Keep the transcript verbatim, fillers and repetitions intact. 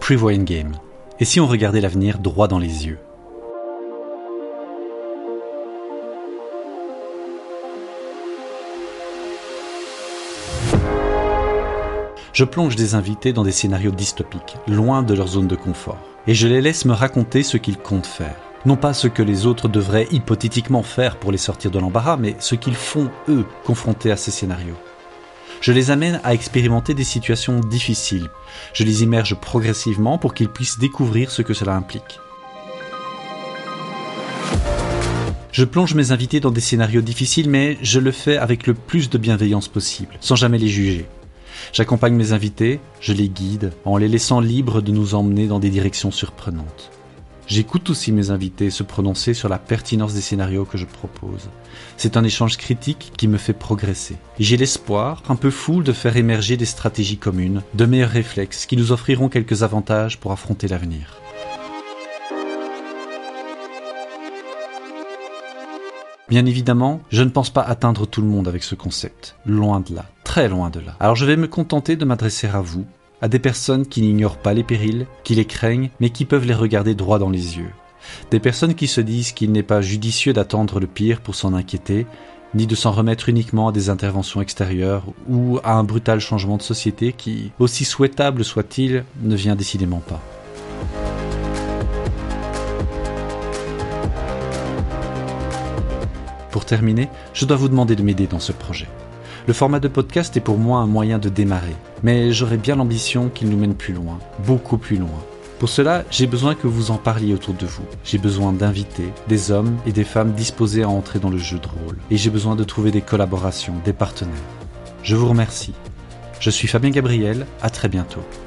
Prevost Endgame. Et si on regardait l'avenir droit dans les yeux ? Je plonge des invités dans des scénarios dystopiques, loin de leur zone de confort. Et je les laisse me raconter ce qu'ils comptent faire. Non pas ce que les autres devraient hypothétiquement faire pour les sortir de l'embarras, mais ce qu'ils font, eux, confrontés à ces scénarios. Je les amène à expérimenter des situations difficiles. Je les immerge progressivement pour qu'ils puissent découvrir ce que cela implique. Je plonge mes invités dans des scénarios difficiles, mais je le fais avec le plus de bienveillance possible, sans jamais les juger. J'accompagne mes invités, je les guide, en les laissant libres de nous emmener dans des directions surprenantes. J'écoute aussi mes invités se prononcer sur la pertinence des scénarios que je propose. C'est un échange critique qui me fait progresser. Et j'ai l'espoir, un peu fou, de faire émerger des stratégies communes, de meilleurs réflexes qui nous offriront quelques avantages pour affronter l'avenir. Bien évidemment, je ne pense pas atteindre tout le monde avec ce concept. Loin de là, très loin de là. Alors je vais me contenter de m'adresser à vous, à des personnes qui n'ignorent pas les périls, qui les craignent, mais qui peuvent les regarder droit dans les yeux. Des personnes qui se disent qu'il n'est pas judicieux d'attendre le pire pour s'en inquiéter, ni de s'en remettre uniquement à des interventions extérieures ou à un brutal changement de société qui, aussi souhaitable soit-il, ne vient décidément pas. Pour terminer, je dois vous demander de m'aider dans ce projet. Le format de podcast est pour moi un moyen de démarrer, mais j'aurais bien l'ambition qu'il nous mène plus loin, beaucoup plus loin. Pour cela, j'ai besoin que vous en parliez autour de vous. J'ai besoin d'invités, des hommes et des femmes disposés à entrer dans le jeu de rôle. Et j'ai besoin de trouver des collaborations, des partenaires. Je vous remercie. Je suis Fabien Gabriel, à très bientôt.